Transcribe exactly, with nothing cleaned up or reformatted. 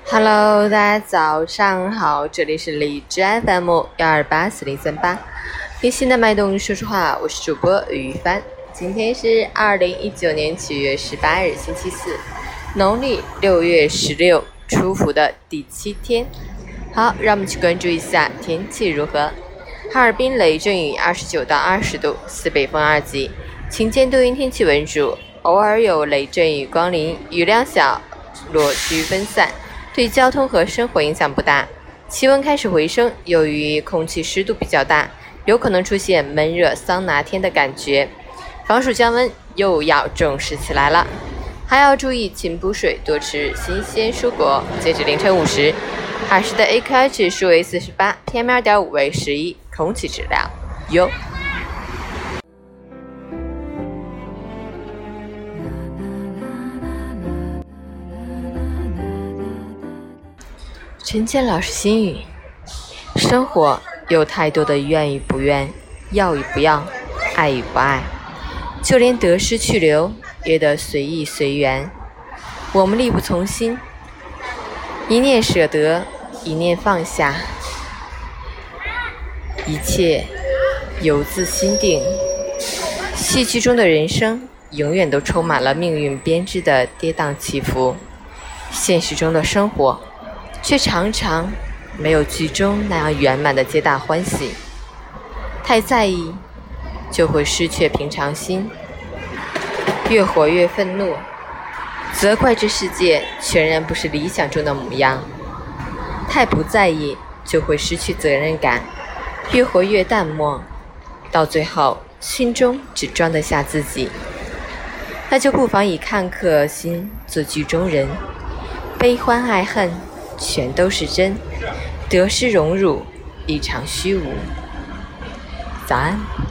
Hello， 大家早上好，这里是荔枝 F M 幺二八四零三八，贴心的脉动说实话，我是主播于帆。今天是二零一九年七月十八日，星期四，农历六月十六，初伏的第七天。好，让我们去关注一下天气如何。哈尔滨雷阵雨二十九到二十度，西北风二级，晴间多云天气为主，偶尔有雷阵雨光临，雨量小，落区分散，对交通和生活影响不大。气温开始回升，由于空气湿度比较大，有可能出现闷热桑拿天的感觉，防暑降温又要重视起来了。还要注意勤补水，多吃新鲜蔬果。截止凌晨五时，哈市的 A Q I 指数为四十八 ，P M 二点五 为十一，空气质量优。陈谦老师心语：生活有太多的愿与不愿，要与不要，爱与不爱，就连得失去留也得随意随缘。我们力不从心，一念舍得，一念放下，一切由自心定。戏剧中的人生永远都充满了命运编织的跌宕起伏，现实中的生活却常常没有剧中那样圆满的皆大欢喜。太在意就会失去平常心，越活越愤怒，责怪这世界全然不是理想中的模样。太不在意就会失去责任感，越活越淡漠，到最后心中只装得下自己。那就不妨以看客心做剧中人，悲欢爱恨全都是真，得失荣辱一场虚无。早安。